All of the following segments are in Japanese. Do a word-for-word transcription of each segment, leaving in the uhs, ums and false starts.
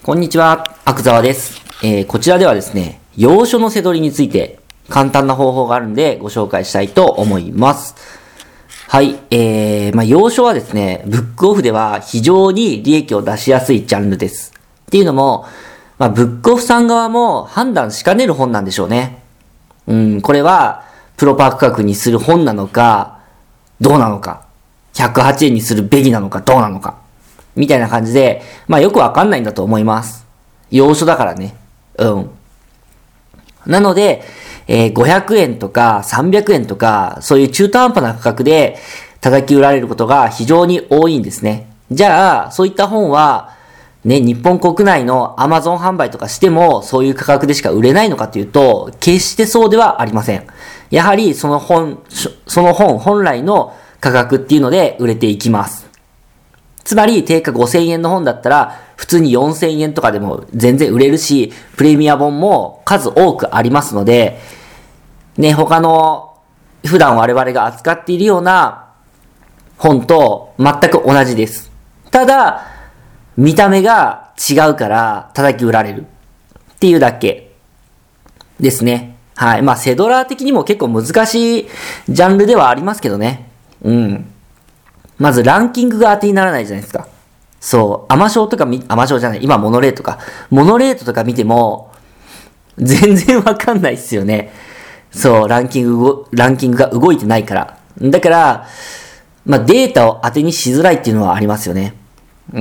こんにちは、阿久澤です。えー、こちらではですね、洋書の背取りについて簡単な方法があるんでご紹介したいと思います。はい、えー、まあ、洋書はですね、ブックオフでは非常に利益を出しやすいジャンルです。っていうのも、まあ、ブックオフさん側も判断しかねる本なんでしょうね。うん、これは、プロパー価格にする本なのか、どうなのか、ひゃくはちえんにするべきなのか、どうなのか。みたいな感じで、まあよくわかんないんだと思います。洋書だからね。うん。なので、えー、ごひゃくえんとかさんびゃくえんとか、そういう中途半端な価格で叩き売られることが非常に多いんですね。じゃあ、そういった本は、ね、日本国内の Amazon 販売とかしても、そういう価格でしか売れないのかというと、決してそうではありません。やはり、その本、その本本来の価格っていうので売れていきます。つまり、定価ごせんえんの本だったら、普通によんせんえんとかでも全然売れるし、プレミア本も数多くありますので、ね、他の、普段我々が扱っているような本と全く同じです。ただ、見た目が違うから叩き売られるっていうだけですね。はい。まあ、セドラー的にも結構難しいジャンルではありますけどね。うん。まずランキングが当てにならないじゃないですか。そう。アマショーとかみ、アマショーじゃない、今モノレートか。モノレートとか見ても、全然わかんないっすよね。そう、ランキング、ランキングが動いてないから。だから、まあデータを当てにしづらいっていうのはありますよね。うん。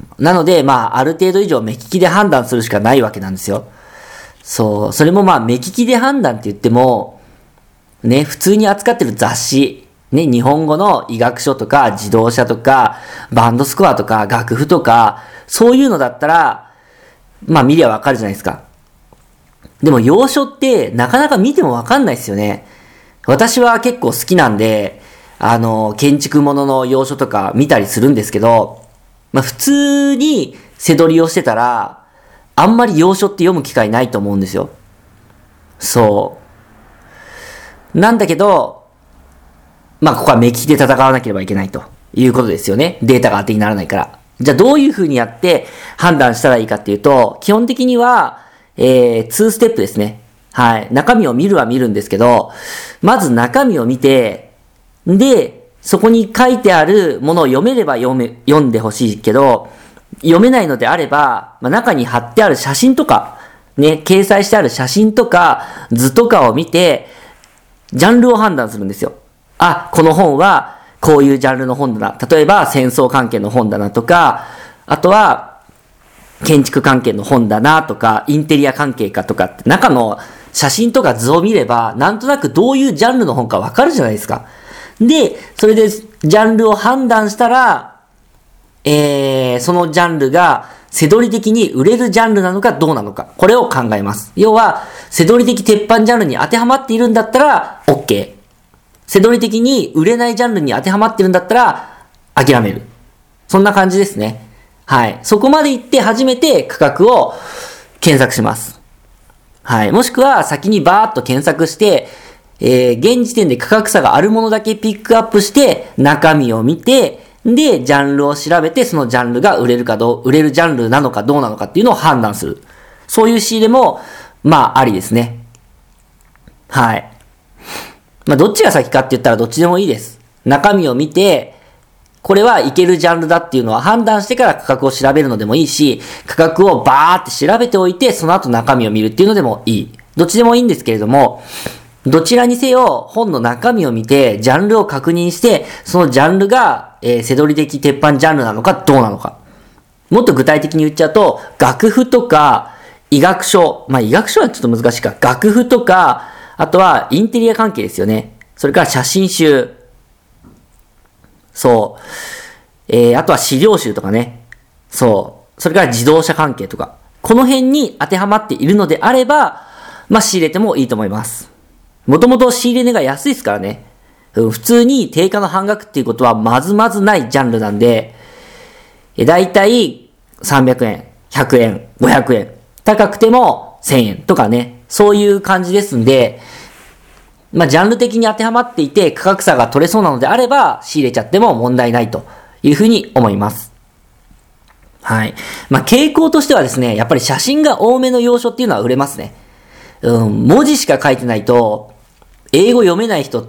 なので、まあある程度以上目利きで判断するしかないわけなんですよ。そう。それもまあ目利きで判断って言っても、ね、普通に扱ってる雑誌、ね、日本語の医学書とか自動車とかバンドスコアとか楽譜とかそういうのだったらまあ見りゃわかるじゃないですか。でも洋書ってなかなか見てもわかんないですよね。私は結構好きなんであの建築物の洋書とか見たりするんですけど、まあ普通に背取りをしてたらあんまり洋書って読む機会ないと思うんですよ。そうなんだけどまあ、ここは目利きで戦わなければいけないということですよね。データが当てにならないから。じゃあどういう風にやって判断したらいいかっていうと、基本的には、えー、ツーステップですね。はい。中身を見るは見るんですけど、まず中身を見て、で、そこに書いてあるものを読めれば読め、読んでほしいけど、読めないのであれば、まあ、中に貼ってある写真とか、ね、掲載してある写真とか、図とかを見て、ジャンルを判断するんですよ。あ、この本はこういうジャンルの本だな。例えば戦争関係の本だなとか、あとは建築関係の本だなとか、インテリア関係かとかって中の写真とか図を見ればなんとなくどういうジャンルの本かわかるじゃないですか。で、それでジャンルを判断したら、えー、そのジャンルが背取り的に売れるジャンルなのかどうなのか。これを考えます。要は、背取り的鉄板ジャンルに当てはまっているんだったら OK。背取り的に売れないジャンルに当てはまってるんだったら諦める。そんな感じですね。はい。そこまで行って初めて価格を検索します。はい。もしくは先にバーッと検索して、えー、現時点で価格差があるものだけピックアップして中身を見て、で、ジャンルを調べてそのジャンルが売れるかどう、売れるジャンルなのかどうなのかっていうのを判断する。そういう仕入れも、まあ、ありですね。はい。まあ、どっちが先かって言ったらどっちでもいいです。中身を見て、これはいけるジャンルだっていうのは判断してから価格を調べるのでもいいし、価格をバーって調べておいて、その後中身を見るっていうのでもいい。どっちでもいいんですけれども、どちらにせよ本の中身を見て、ジャンルを確認して、そのジャンルが、えー、背取り的鉄板ジャンルなのかどうなのか。もっと具体的に言っちゃうと、楽譜とか医学書、まあ医学書はちょっと難しいか、楽譜とか、あとは、インテリア関係ですよね。それから写真集。そう。えー、あとは資料集とかね。そう。それから自動車関係とか。この辺に当てはまっているのであれば、まあ仕入れてもいいと思います。もともと仕入れ値が安いですからね。うん、普通に定価の半額っていうことはまずまずないジャンルなんで、えだいたいさんびゃくえん、ひゃくえん、ごひゃくえん。高くてもせんえんとかね。そういう感じですんで、まあ、ジャンル的に当てはまっていて価格差が取れそうなのであれば仕入れちゃっても問題ないというふうに思います。 はい。まあ、傾向としてはですね、やっぱり写真が多めの要所っていうのは売れますね。うん、文字しか書いてないと、英語読めない人って、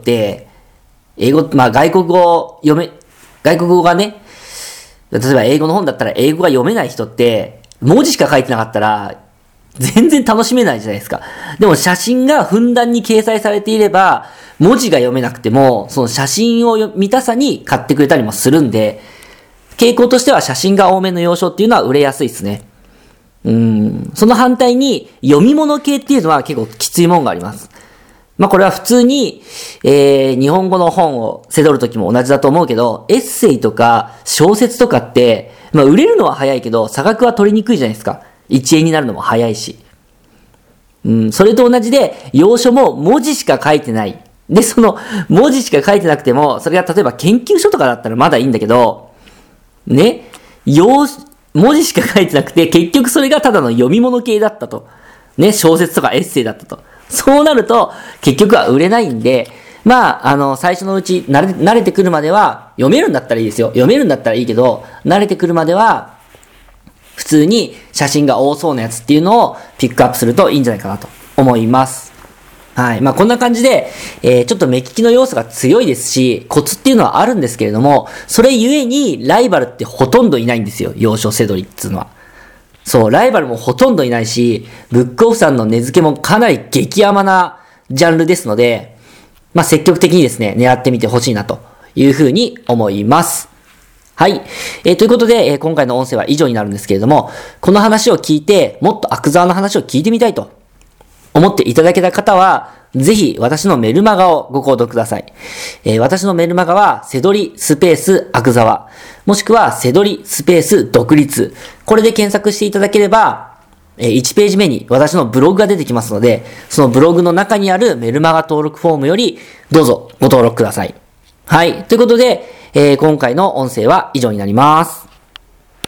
英語、まあ、外国語読め、外国語がね、例えば英語の本だったら英語が読めない人って、文字しか書いてなかったら、全然楽しめないじゃないですか。でも写真がふんだんに掲載されていれば、文字が読めなくても、その写真を見たさに買ってくれたりもするんで、傾向としては写真が多めの要所っていうのは売れやすいですね。うーん。その反対に、読み物系っていうのは結構きついもんがあります。まあこれは普通に、えー、日本語の本をせどるときも同じだと思うけど、エッセイとか小説とかって、まあ売れるのは早いけど、差額は取りにくいじゃないですか。いちえんになるのも早いし。うん、それと同じで、要所も文字しか書いてない。で、その文字しか書いてなくても、それが例えば研究書とかだったらまだいいんだけど、ね、要、文字しか書いてなくて、結局それがただの読み物系だったと。ね、小説とかエッセイだったと。そうなると、結局は売れないんで、まあ、あの、最初のうち慣れ、慣れてくるまでは、読めるんだったらいいですよ。読めるんだったらいいけど、慣れてくるまでは、普通に写真が多そうなやつっていうのをピックアップするといいんじゃないかなと思います。はい。まあ、こんな感じで、えー、ちょっと目利きの要素が強いですし、コツっていうのはあるんですけれども、それゆえに、ライバルってほとんどいないんですよ。要所せどりっていうのは。そう、ライバルもほとんどいないし、ブックオフさんの値付けもかなり激甘なジャンルですので、まあ、積極的にですね、狙ってみてほしいなというふうに思います。はい。えー、ということで、えー、今回の音声は以上になるんですけれども、この話を聞いて、もっと阿久沢の話を聞いてみたいと思っていただけた方は、ぜひ私のメルマガをご購読ください。えー、私のメルマガは、せどりスペース阿久沢、もしくはせどりスペース独立。これで検索していただければ、えー、いちページ目に私のブログが出てきますので、そのブログの中にあるメルマガ登録フォームより、どうぞご登録ください。はい。ということで、えー、今回の音声は以上になります。